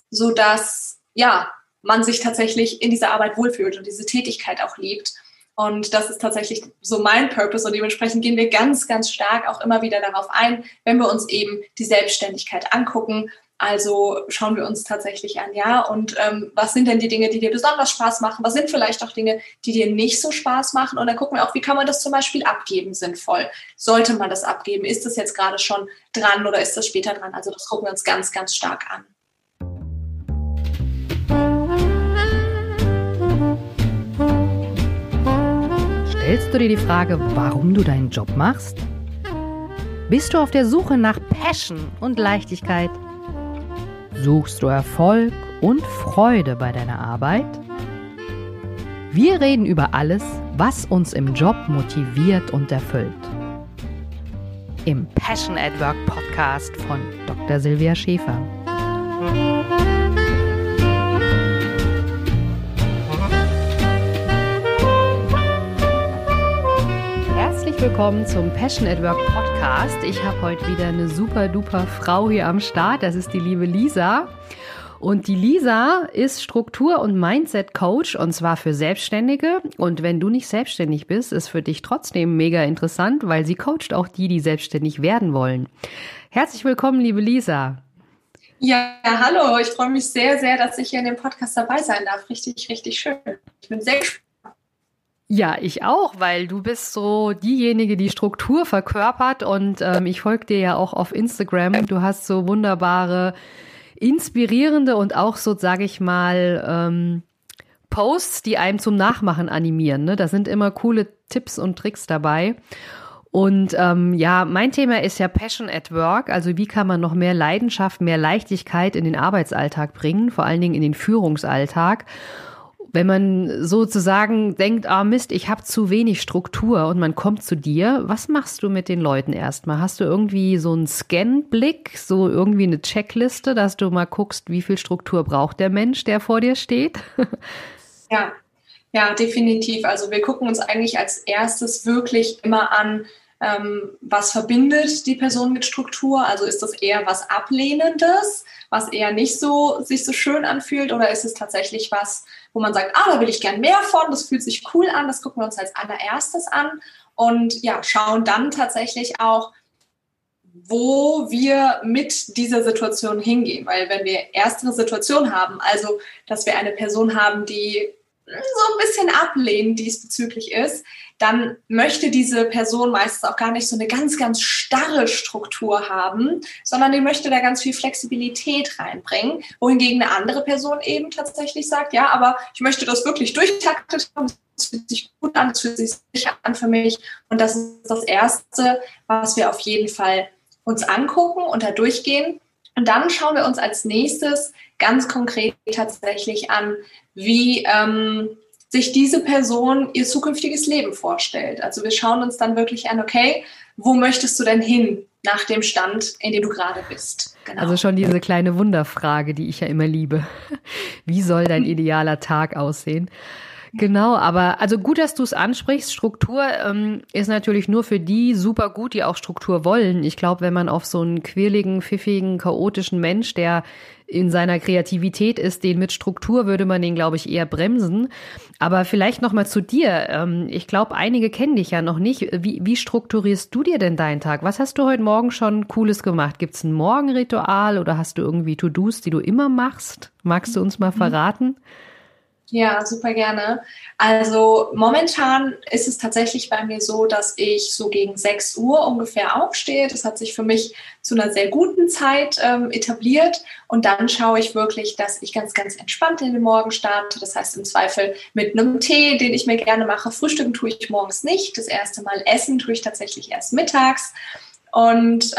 sodass man sich tatsächlich in dieser Arbeit wohlfühlt und diese Tätigkeit auch liebt. Und das ist tatsächlich so mein Purpose und dementsprechend gehen wir ganz, ganz stark auch immer wieder darauf ein, wenn wir uns eben die Selbstständigkeit angucken. Also schauen wir uns tatsächlich an, und was sind denn die Dinge, die dir besonders Spaß machen? Was sind vielleicht auch Dinge, die dir nicht so Spaß machen? Und dann gucken wir auch, wie kann man das zum Beispiel abgeben sinnvoll? Sollte man das abgeben? Ist das jetzt gerade schon dran oder ist das später dran? Also das gucken wir uns ganz, ganz stark an. Stellst du dir die Frage, warum du deinen Job machst? Bist du auf der Suche nach Passion und Leichtigkeit? Suchst du Erfolg und Freude bei deiner Arbeit? Wir reden über alles, was uns im Job motiviert und erfüllt. Im Passion at Work Podcast von Dr. Silvia Schäfer. Willkommen zum Passion at Work Podcast. Ich habe heute wieder eine super duper Frau hier am Start. Das ist die liebe Lisa. Und die Lisa ist Struktur- und Mindset-Coach und zwar für Selbstständige. Und wenn du nicht selbstständig bist, ist für dich trotzdem mega interessant, weil sie coacht auch die, die selbstständig werden wollen. Herzlich willkommen, liebe Lisa. Ja, hallo. Ich freue mich sehr, sehr, dass ich hier in dem Podcast dabei sein darf. Richtig, richtig schön. Ich bin sehr gespannt. Ja, ich auch, weil du bist so diejenige, die Struktur verkörpert und ich folge dir ja auch auf Instagram. Du hast so wunderbare, inspirierende und auch so, sage ich mal, Posts, die einem zum Nachmachen animieren. Ne? Da sind immer coole Tipps und Tricks dabei. Und mein Thema ist ja Passion at Work, also wie kann man noch mehr Leidenschaft, mehr Leichtigkeit in den Arbeitsalltag bringen, vor allen Dingen in den Führungsalltag. Wenn man sozusagen denkt, Mist, ich habe zu wenig Struktur und man kommt zu dir, was machst du mit den Leuten erstmal? Hast du irgendwie so einen Scan-Blick, so irgendwie eine Checkliste, dass du mal guckst, wie viel Struktur braucht der Mensch, der vor dir steht? Ja, definitiv. Also wir gucken uns eigentlich als erstes wirklich immer an, was verbindet die Person mit Struktur? Also ist das eher was Ablehnendes, was eher nicht so sich so schön anfühlt, oder ist es tatsächlich was, wo man sagt, da will ich gern mehr von, das fühlt sich cool an, das gucken wir uns als allererstes an und schauen dann tatsächlich auch, wo wir mit dieser Situation hingehen. Weil wenn wir erstere Situation haben, also dass wir eine Person haben, die so ein bisschen ablehnend diesbezüglich ist, dann möchte diese Person meistens auch gar nicht so eine ganz, ganz starre Struktur haben, sondern die möchte da ganz viel Flexibilität reinbringen, wohingegen eine andere Person eben tatsächlich sagt, ja, aber ich möchte das wirklich durchtaktet haben, das fühlt sich gut an, das fühlt sich sicher an für mich und das ist das Erste, was wir auf jeden Fall uns angucken und da durchgehen. Und dann schauen wir uns als nächstes ganz konkret tatsächlich an, wie sich diese Person ihr zukünftiges Leben vorstellt. Also wir schauen uns dann wirklich an, okay, wo möchtest du denn hin nach dem Stand, in dem du gerade bist? Genau. Also schon diese kleine Wunderfrage, die ich ja immer liebe. Wie soll dein idealer Tag aussehen? Genau, aber also gut, dass du es ansprichst. Struktur ist natürlich nur für die super gut, die auch Struktur wollen. Ich glaube, wenn man auf so einen quirligen, pfiffigen, chaotischen Mensch, der in seiner Kreativität ist, den mit Struktur würde man den, glaube ich, eher bremsen. Aber vielleicht noch mal zu dir. Ich glaube, einige kennen dich ja noch nicht. Wie strukturierst du dir denn deinen Tag? Was hast du heute Morgen schon Cooles gemacht? Gibt es ein Morgenritual oder hast du irgendwie To-Dos, die du immer machst? Magst du uns mal verraten? Ja, super gerne. Also momentan ist es tatsächlich bei mir so, dass ich so gegen 6 Uhr ungefähr aufstehe. Das hat sich für mich zu einer sehr guten Zeit etabliert. Und dann schaue ich wirklich, dass ich ganz, ganz entspannt in den Morgen starte. Das heißt im Zweifel mit einem Tee, den ich mir gerne mache. Frühstücken tue ich morgens nicht. Das erste Mal essen tue ich tatsächlich erst mittags. Und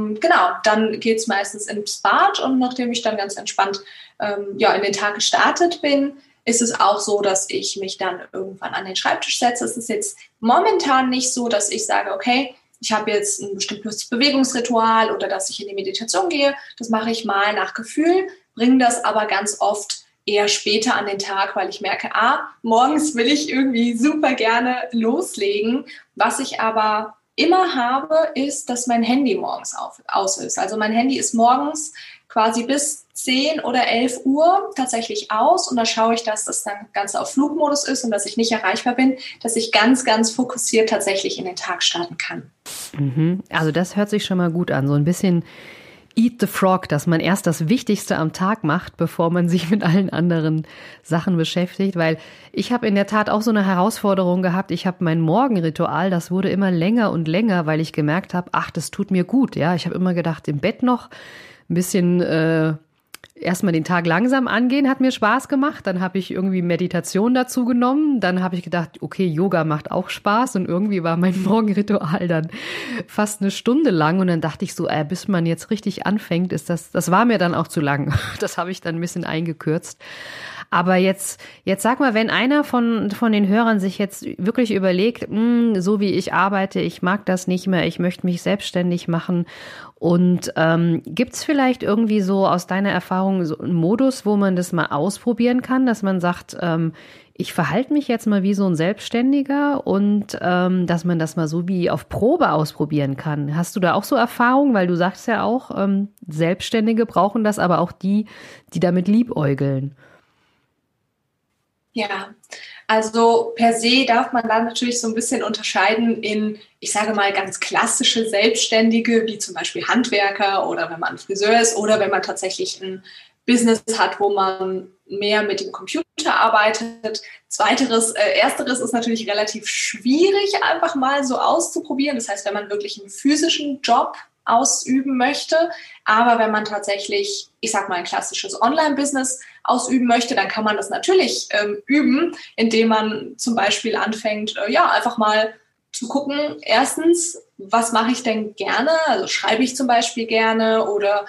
dann geht es meistens ins Bad. Und nachdem ich dann ganz entspannt in den Tag gestartet bin, ist es auch so, dass ich mich dann irgendwann an den Schreibtisch setze. Es ist jetzt momentan nicht so, dass ich sage, okay, ich habe jetzt ein bestimmtes Bewegungsritual oder dass ich in die Meditation gehe. Das mache ich mal nach Gefühl, bringe das aber ganz oft eher später an den Tag, weil ich merke, morgens will ich irgendwie super gerne loslegen. Was ich aber immer habe, ist, dass mein Handy morgens aus ist. Also mein Handy ist morgens quasi bis 10 oder 11 Uhr tatsächlich aus und da schaue ich, dass das dann Ganze auf Flugmodus ist und dass ich nicht erreichbar bin, dass ich ganz, ganz fokussiert tatsächlich in den Tag starten kann. Also das hört sich schon mal gut an, so ein bisschen Eat the Frog, dass man erst das Wichtigste am Tag macht, bevor man sich mit allen anderen Sachen beschäftigt, weil ich habe in der Tat auch so eine Herausforderung gehabt. Ich habe mein Morgenritual, das wurde immer länger und länger, weil ich gemerkt habe, ach, das tut mir gut. Ja, ich habe immer gedacht, im Bett noch ein bisschen erstmal den Tag langsam angehen, hat mir Spaß gemacht. Dann habe ich irgendwie Meditation dazu genommen. Dann habe ich gedacht, okay, Yoga macht auch Spaß. Und irgendwie war mein Morgenritual dann fast eine Stunde lang. Und dann dachte ich so, bis man jetzt richtig anfängt, das war mir dann auch zu lang. Das habe ich dann ein bisschen eingekürzt. Aber jetzt sag mal, wenn einer von den Hörern sich jetzt wirklich überlegt, so wie ich arbeite, ich mag das nicht mehr, ich möchte mich selbstständig machen. Und gibt's vielleicht irgendwie so aus deiner Erfahrung so einen Modus, wo man das mal ausprobieren kann, dass man sagt, ich verhalte mich jetzt mal wie so ein Selbstständiger und dass man das mal so wie auf Probe ausprobieren kann. Hast du da auch so Erfahrung? Weil du sagst ja auch, Selbstständige brauchen das, aber auch die damit liebäugeln. Ja, also per se darf man dann natürlich so ein bisschen unterscheiden in, ich sage mal, ganz klassische Selbstständige, wie zum Beispiel Handwerker oder wenn man Friseur ist oder wenn man tatsächlich ein Business hat, wo man mehr mit dem Computer arbeitet. Ersteres ist natürlich relativ schwierig, einfach mal so auszuprobieren. Das heißt, wenn man wirklich einen physischen Job ausüben möchte, aber wenn man tatsächlich, ich sag mal, ein klassisches Online-Business ausüben möchte, dann kann man das natürlich üben, indem man zum Beispiel anfängt, einfach mal zu gucken, erstens, was mache ich denn gerne? Also schreibe ich zum Beispiel gerne oder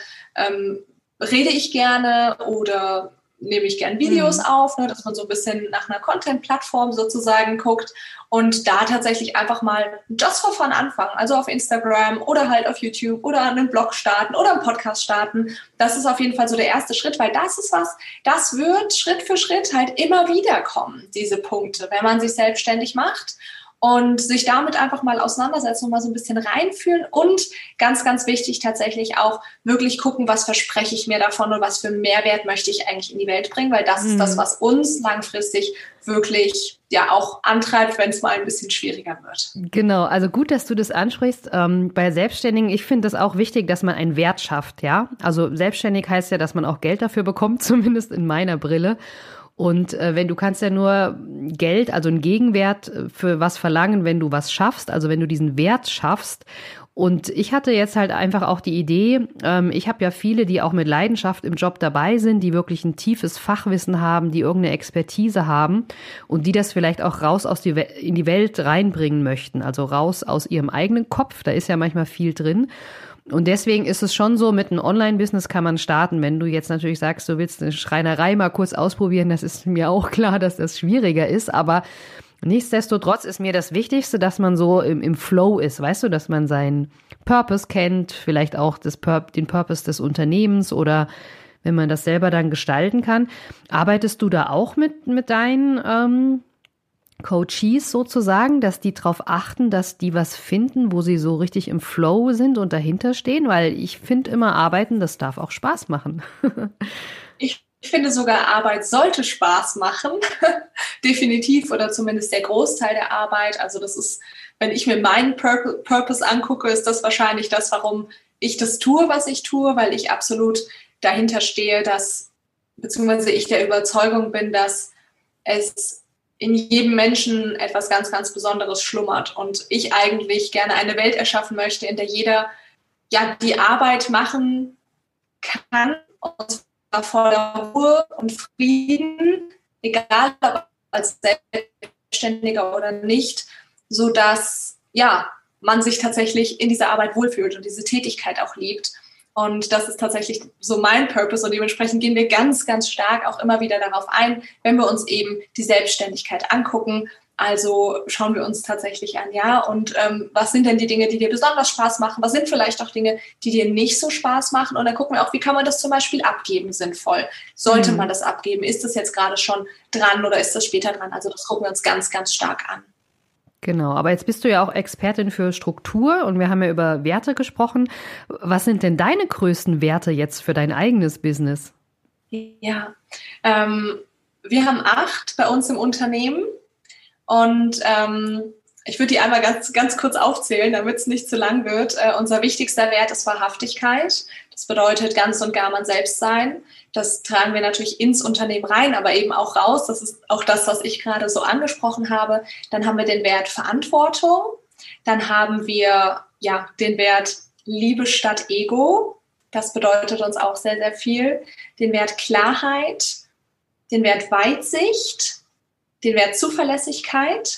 rede ich gerne oder nehme ich gern Videos auf, ne, dass man so ein bisschen nach einer Content-Plattform sozusagen guckt und da tatsächlich einfach mal just for fun anfangen, also auf Instagram oder halt auf YouTube oder einen Blog starten oder einen Podcast starten. Das ist auf jeden Fall so der erste Schritt, weil das ist was, das wird Schritt für Schritt halt immer wieder kommen, diese Punkte, wenn man sich selbstständig macht. Und sich damit einfach mal auseinandersetzen und mal so ein bisschen reinfühlen und ganz, ganz wichtig tatsächlich auch wirklich gucken, was verspreche ich mir davon und was für Mehrwert möchte ich eigentlich in die Welt bringen, weil das ist das, was uns langfristig wirklich ja auch antreibt, wenn es mal ein bisschen schwieriger wird. Genau, also gut, dass du das ansprichst. Bei Selbstständigen, ich finde das auch wichtig, dass man einen Wert schafft, ja. Also selbstständig heißt ja, dass man auch Geld dafür bekommt, zumindest in meiner Brille. Und wenn du kannst ja nur Geld, also einen Gegenwert für was verlangen, wenn du was schaffst, also wenn du diesen Wert schaffst. Und ich hatte jetzt halt einfach auch die Idee, ich habe ja viele, die auch mit Leidenschaft im Job dabei sind, die wirklich ein tiefes Fachwissen haben, die irgendeine Expertise haben und die das vielleicht auch raus in die Welt reinbringen möchten, also raus aus ihrem eigenen Kopf, da ist ja manchmal viel drin. Und deswegen ist es schon so, mit einem Online-Business kann man starten. Wenn du jetzt natürlich sagst, du willst eine Schreinerei mal kurz ausprobieren, das ist mir auch klar, dass das schwieriger ist. Aber nichtsdestotrotz ist mir das Wichtigste, dass man so im Flow ist. Weißt du, dass man seinen Purpose kennt, vielleicht auch den Purpose des Unternehmens oder wenn man das selber dann gestalten kann. Arbeitest du da auch mit deinen Coaches sozusagen, dass die darauf achten, dass die was finden, wo sie so richtig im Flow sind und dahinter stehen? Weil ich finde immer, Arbeiten, das darf auch Spaß machen. Ich finde sogar, Arbeit sollte Spaß machen, definitiv, oder zumindest der Großteil der Arbeit. Also das ist, wenn ich mir meinen Purpose angucke, ist das wahrscheinlich das, warum ich das tue, was ich tue, weil ich absolut dahinter stehe, beziehungsweise ich der Überzeugung bin, dass es in jedem Menschen etwas ganz, ganz Besonderes schlummert und ich eigentlich gerne eine Welt erschaffen möchte, in der jeder ja die Arbeit machen kann und zwar voller Ruhe und Frieden, egal ob als Selbstständiger oder nicht, sodass ja man sich tatsächlich in dieser Arbeit wohlfühlt und diese Tätigkeit auch liebt. Und das ist tatsächlich so mein Purpose und dementsprechend gehen wir ganz, ganz stark auch immer wieder darauf ein, wenn wir uns eben die Selbstständigkeit angucken. Also schauen wir uns tatsächlich an, ja, und was sind denn die Dinge, die dir besonders Spaß machen? Was sind vielleicht auch Dinge, die dir nicht so Spaß machen? Und dann gucken wir auch, wie kann man das zum Beispiel abgeben sinnvoll? Sollte man das abgeben? Ist das jetzt gerade schon dran oder ist das später dran? Also das gucken wir uns ganz, ganz stark an. Genau, aber jetzt bist du ja auch Expertin für Struktur und wir haben ja über Werte gesprochen. Was sind denn deine größten Werte jetzt für dein eigenes Business? Ja, wir haben 8 bei uns im Unternehmen und ich würde die einmal ganz kurz aufzählen, damit es nicht zu lang wird. Unser wichtigster Wert ist Wahrhaftigkeit. Das bedeutet ganz und gar man selbst sein. Das tragen wir natürlich ins Unternehmen rein, aber eben auch raus. Das ist auch das, was ich gerade so angesprochen habe. Dann haben wir den Wert Verantwortung. Dann haben wir den Wert Liebe statt Ego. Das bedeutet uns auch sehr, sehr viel. Den Wert Klarheit, den Wert Weitsicht, den Wert Zuverlässigkeit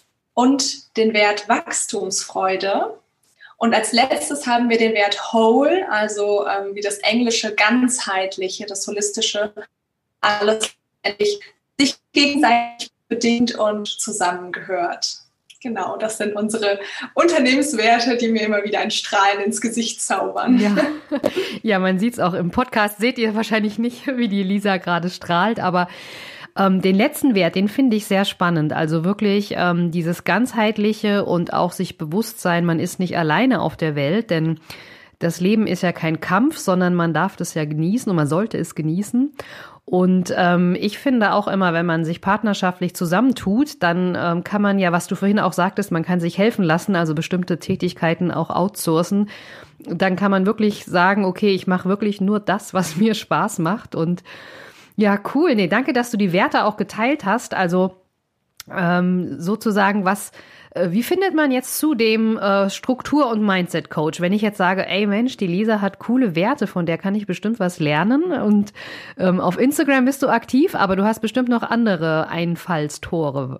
und den Wert Wachstumsfreude. Und als letztes haben wir den Wert Whole, also wie das englische ganzheitliche, das holistische, alles sich gegenseitig bedingt und zusammengehört. Genau, das sind unsere Unternehmenswerte, die mir immer wieder ein Strahlen ins Gesicht zaubern. Ja, man sieht es auch im Podcast, seht ihr wahrscheinlich nicht, wie die Lisa gerade strahlt, aber den letzten Wert, den finde ich sehr spannend. Also wirklich dieses ganzheitliche und auch sich bewusst sein, man ist nicht alleine auf der Welt, denn das Leben ist ja kein Kampf, sondern man darf das ja genießen und man sollte es genießen. Und ich finde auch immer, wenn man sich partnerschaftlich zusammentut, dann kann man ja, was du vorhin auch sagtest, man kann sich helfen lassen, also bestimmte Tätigkeiten auch outsourcen. Dann kann man wirklich sagen, okay, ich mache wirklich nur das, was mir Spaß macht. Und ja, cool. Nee, danke, dass du die Werte auch geteilt hast. Also sozusagen, wie findet man jetzt zu dem Struktur- und Mindset-Coach? Wenn ich jetzt sage, ey Mensch, die Lisa hat coole Werte, von der kann ich bestimmt was lernen. Und auf Instagram bist du aktiv, aber du hast bestimmt noch andere Einfallstore.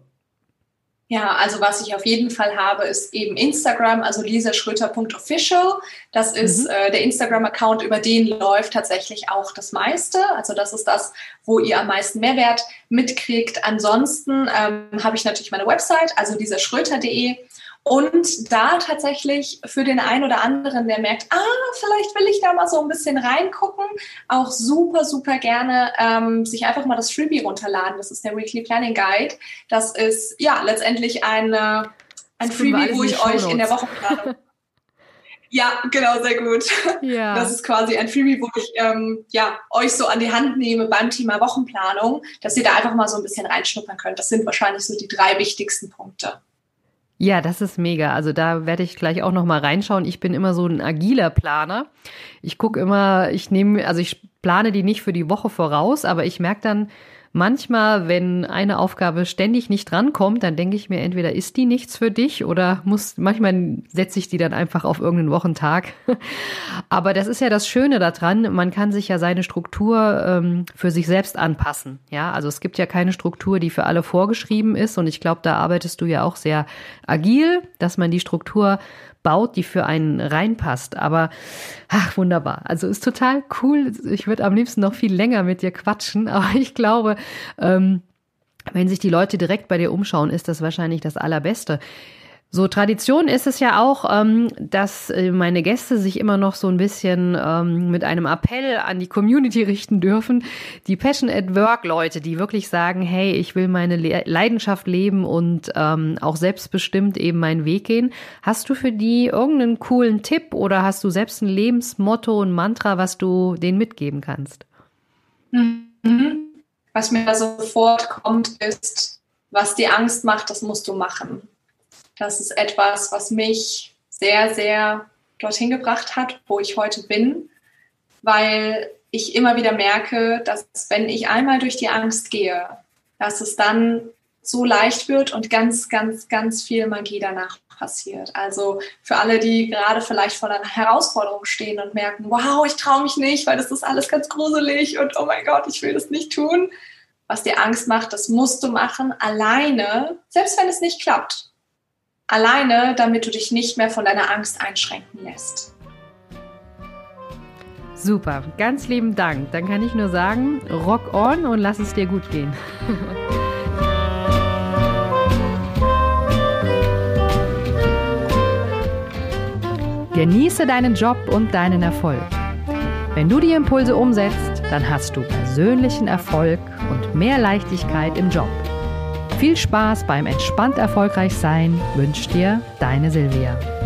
Ja, also was ich auf jeden Fall habe, ist eben Instagram, also lisaschröter.official. Das ist der Instagram-Account, über den läuft tatsächlich auch das meiste. Also das ist das, wo ihr am meisten Mehrwert mitkriegt. Ansonsten habe ich natürlich meine Website, also lisaschröter.de. Und da tatsächlich für den einen oder anderen, der merkt, vielleicht will ich da mal so ein bisschen reingucken, auch super, super gerne sich einfach mal das Freebie runterladen. Das ist der Weekly Planning Guide. Das ist ja letztendlich ein Freebie, wo ich euch in der Wochenplanung... Ja, genau, sehr gut. Ja. Das ist quasi ein Freebie, wo ich euch so an die Hand nehme beim Thema Wochenplanung, dass ihr da einfach mal so ein bisschen reinschnuppern könnt. Das sind wahrscheinlich so die 3 wichtigsten Punkte. Ja, das ist mega. Also da werde ich gleich auch noch mal reinschauen. Ich bin immer so ein agiler Planer. Ich gucke immer, ich plane die nicht für die Woche voraus, aber ich merke dann manchmal, wenn eine Aufgabe ständig nicht drankommt, dann denke ich mir, entweder ist die nichts für dich oder manchmal setze ich die dann einfach auf irgendeinen Wochentag. Aber das ist ja das Schöne daran, man kann sich ja seine Struktur für sich selbst anpassen. Ja, also es gibt ja keine Struktur, die für alle vorgeschrieben ist und ich glaube, da arbeitest du ja auch sehr agil, dass man die Struktur baut, die für einen reinpasst. Aber wunderbar. Also ist total cool. Ich würde am liebsten noch viel länger mit dir quatschen, aber ich glaube, wenn sich die Leute direkt bei dir umschauen, ist das wahrscheinlich das Allerbeste. So, Tradition ist es ja auch, dass meine Gäste sich immer noch so ein bisschen mit einem Appell an die Community richten dürfen. Die Passion at Work Leute, die wirklich sagen, hey, ich will meine Leidenschaft leben und auch selbstbestimmt eben meinen Weg gehen. Hast du für die irgendeinen coolen Tipp oder hast du selbst ein Lebensmotto, ein Mantra, was du denen mitgeben kannst? Was mir da sofort kommt, ist, was dir Angst macht, das musst du machen. Das ist etwas, was mich sehr, sehr dorthin gebracht hat, wo ich heute bin, weil ich immer wieder merke, dass wenn ich einmal durch die Angst gehe, dass es dann so leicht wird und ganz, ganz, ganz viel Magie danach passiert. Also für alle, die gerade vielleicht vor einer Herausforderung stehen und merken, wow, ich traue mich nicht, weil das ist alles ganz gruselig und oh mein Gott, ich will das nicht tun. Was dir Angst macht, das musst du machen, alleine, selbst wenn es nicht klappt. Alleine, damit du dich nicht mehr von deiner Angst einschränken lässt. Super, ganz lieben Dank. Dann kann ich nur sagen, rock on und lass es dir gut gehen. Genieße deinen Job und deinen Erfolg. Wenn du die Impulse umsetzt, dann hast du persönlichen Erfolg und mehr Leichtigkeit im Job. Viel Spaß beim entspannt erfolgreich sein wünscht dir deine Silvia.